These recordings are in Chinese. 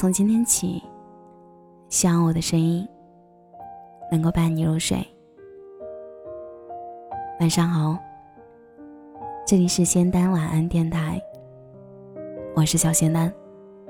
从今天起，希望我的声音能够伴你入睡。晚上好，这里是仙丹晚安电台，我是小仙丹。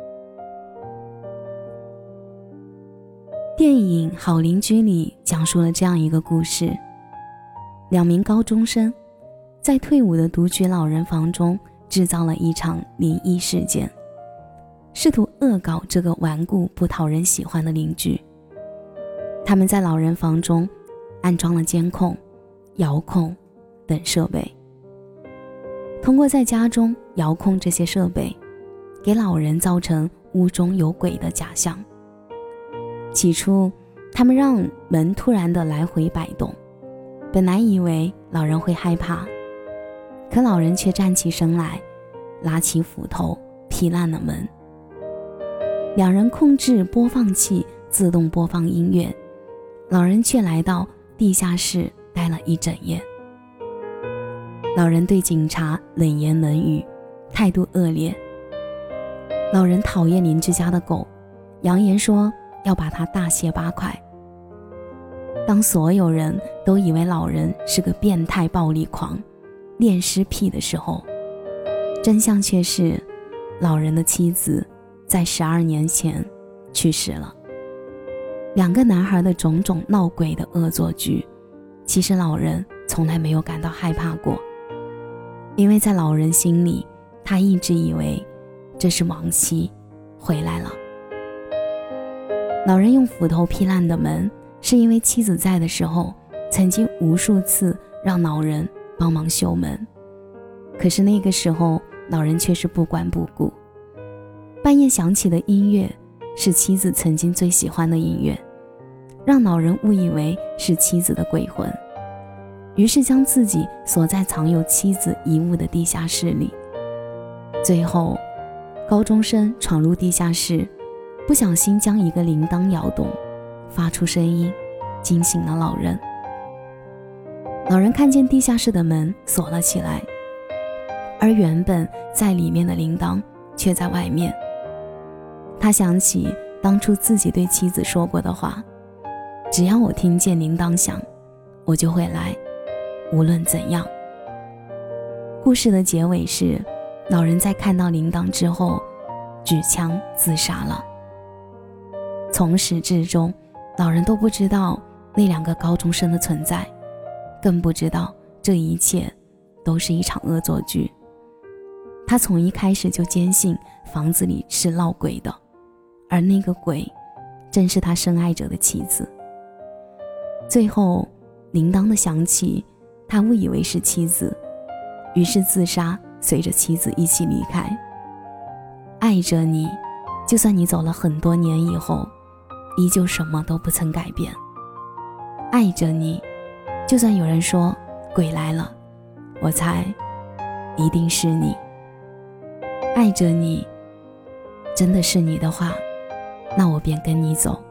电影《好邻居》里讲述了这样一个故事，两名高中生在退伍的独居老人房中制造了一场灵异事件，试图恶搞这个顽固不讨人喜欢的邻居。他们在老人房中安装了监控、遥控等设备，通过在家中遥控这些设备，给老人造成屋中有鬼的假象。起初他们让门突然的来回摆动，本来以为老人会害怕，可老人却站起身来，拿起斧头劈烂了门。两人控制播放器自动播放音乐，老人却来到地下室待了一整夜。老人对警察冷言冷语，态度恶劣。老人讨厌邻居家的狗，扬言说要把它大卸8块。当所有人都以为老人是个变态暴力狂、恋尸癖的时候，真相却是老人的妻子在12年前去世了。两个男孩的种种闹鬼的恶作剧，其实老人从来没有感到害怕过，因为在老人心里，他一直以为这是亡妻回来了。老人用斧头劈烂的门，是因为妻子在的时候曾经无数次让老人帮忙修门，可是那个时候老人却是不管不顾。半夜响起的音乐是妻子曾经最喜欢的音乐，让老人误以为是妻子的鬼魂，于是将自己锁在藏有妻子遗物的地下室里。最后高中生闯入地下室，不小心将一个铃铛摇动，发出声音，惊醒了老人。老人看见地下室的门锁了起来，而原本在里面的铃铛却在外面。他想起当初自己对妻子说过的话，只要我听见铃铛响，我就会来，无论怎样。故事的结尾是，老人在看到铃铛之后举枪自杀了。从始至终，老人都不知道那两个高中生的存在，更不知道这一切都是一场恶作剧。他从一开始就坚信房子里是闹鬼的，而那个鬼正是他深爱着的妻子。最后铃铛的响起，他误以为是妻子，于是自杀，随着妻子一起离开。爱着你，就算你走了很多年以后，依旧什么都不曾改变。爱着你，就算有人说鬼来了，我猜一定是你。爱着你，真的是你的话，那我便跟你走。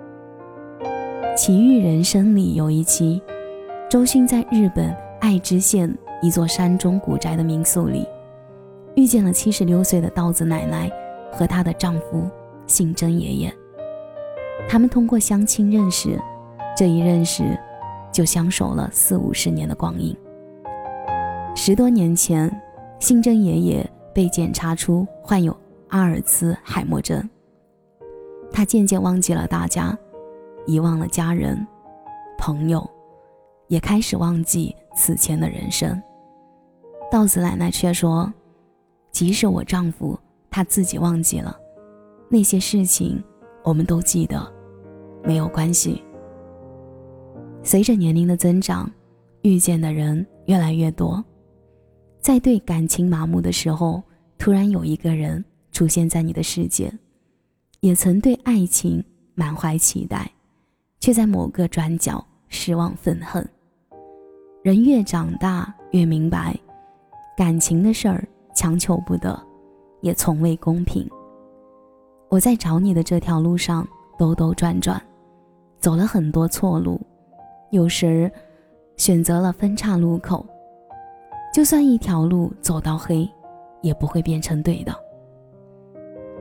奇遇人生里有一期，周迅在日本爱知县一座山中古宅的民宿里，遇见了76岁的稻子奶奶和她的丈夫信真爷爷。他们通过相亲认识，这一认识就相守了40-50年的光阴。10多年前，信真爷爷被检查出患有阿尔茨海默症，他渐渐忘记了大家，遗忘了家人、朋友，也开始忘记此前的人生。稻子奶奶却说，即使我丈夫他自己忘记了，那些事情我们都记得，没有关系。随着年龄的增长，遇见的人越来越多，在对感情麻木的时候，突然有一个人出现在你的世界，也曾对爱情满怀期待，却在某个转角失望愤恨。人越长大越明白，感情的事儿强求不得，也从未公平。我在找你的这条路上兜兜转转，走了很多错路，有时选择了分岔路口，就算一条路走到黑，也不会变成对的。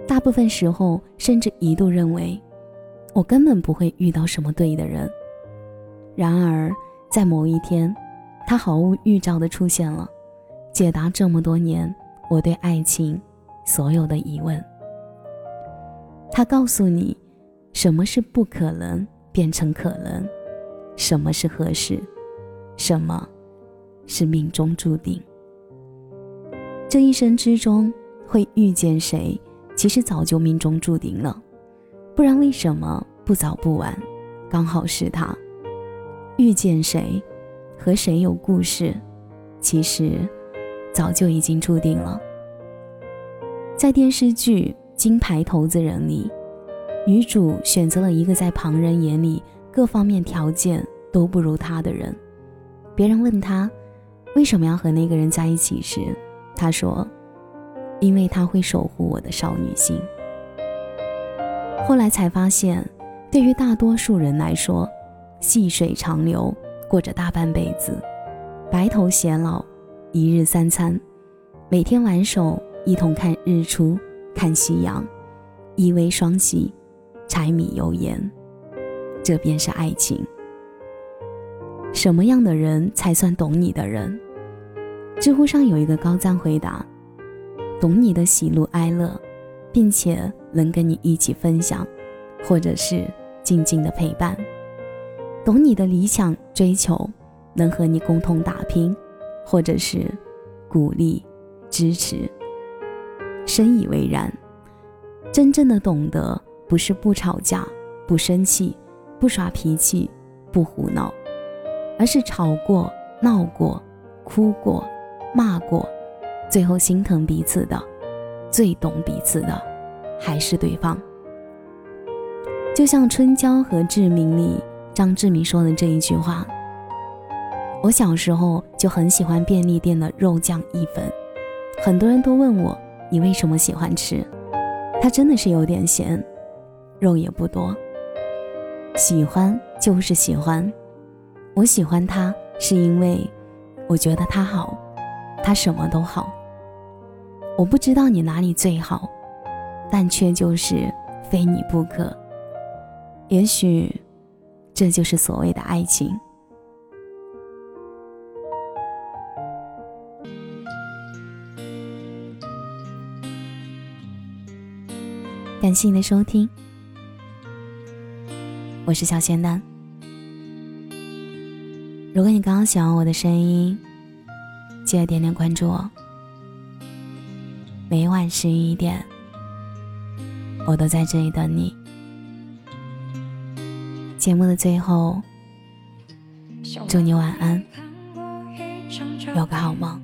大部分时候甚至一度认为我根本不会遇到什么对的人。然而在某一天，他毫无预兆地出现了，解答这么多年我对爱情所有的疑问。他告诉你什么是不可能变成可能，什么是合适，什么是命中注定。这一生之中会遇见谁，其实早就命中注定了，不然为什么不早不晚刚好是他。遇见谁，和谁有故事，其实早就已经注定了。在电视剧《金牌投资人》里，女主选择了一个在旁人眼里各方面条件都不如她的人。别人问她为什么要和那个人在一起时，她说因为他会守护我的少女心。后来才发现，对于大多数人来说，细水长流，过着大半辈子，白头偕老，一日三餐，每天挽手一同看日出看夕阳，依偎双膝，柴米油盐，这便是爱情。什么样的人才算懂你的人？知乎上有一个高赞回答，懂你的喜怒哀乐，并且能跟你一起分享，或者是静静的陪伴。懂你的理想追求，能和你共同打拼，或者是鼓励支持。深以为然，真正的懂得不是不吵架不生气不耍脾气不胡闹，而是吵过闹过哭过骂过，最后心疼彼此的，最懂彼此的还是对方。就像春娇和志明里张志明说的这一句话，我小时候就很喜欢便利店的肉酱意粉，很多人都问我你为什么喜欢吃，它真的是有点咸，肉也不多。喜欢就是喜欢，我喜欢它是因为我觉得它好，它什么都好。我不知道你哪里最好，但却就是非你不可。也许这就是所谓的爱情。感谢你的收听，我是小仙丹。如果你刚刚喜欢我的声音，记得点点关注我。每晚11点，我都在这里等你。节目的最后，祝你晚安，有个好梦。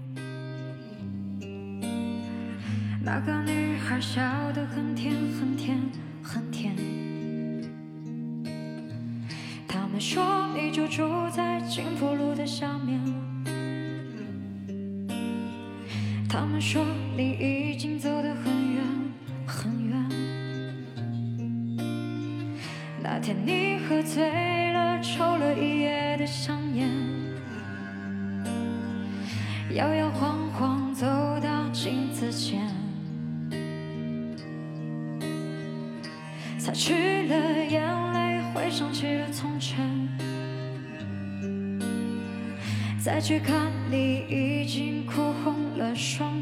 那个女孩笑得很甜很甜很甜，他们说你就住在金福路的下面，他们说你已经走得很远很远。那天你喝醉了，抽了一夜的香烟，摇摇晃晃走到镜子前，擦去了眼泪，回想起了从前，再去看你已经哭红了双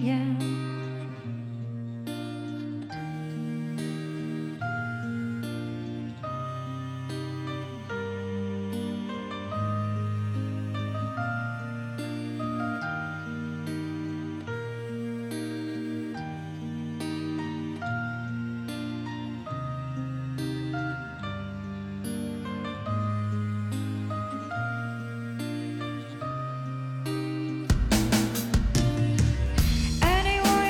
眼。Anywhere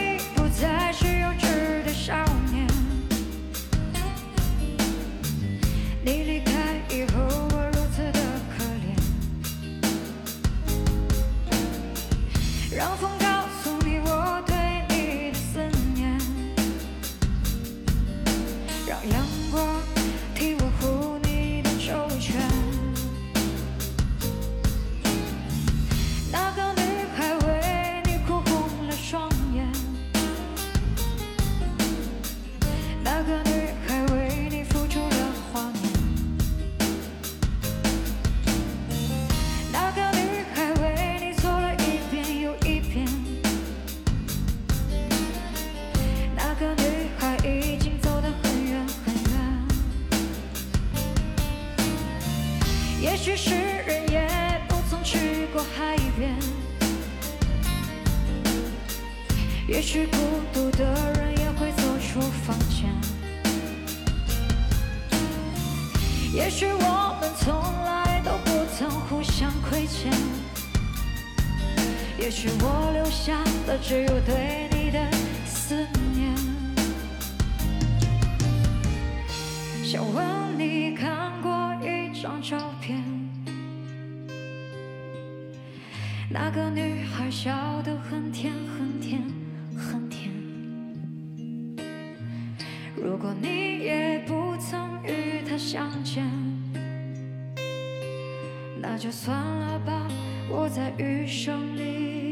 人也不曾去过海边，也许孤独的人也会走出房间，也许我们从来都不曾互相亏欠，也许我留下的只有对你的思念。想问你看过一张照片，那个女孩笑得很甜很甜很甜。如果你也不曾与她相见，那就算了吧，我在余生里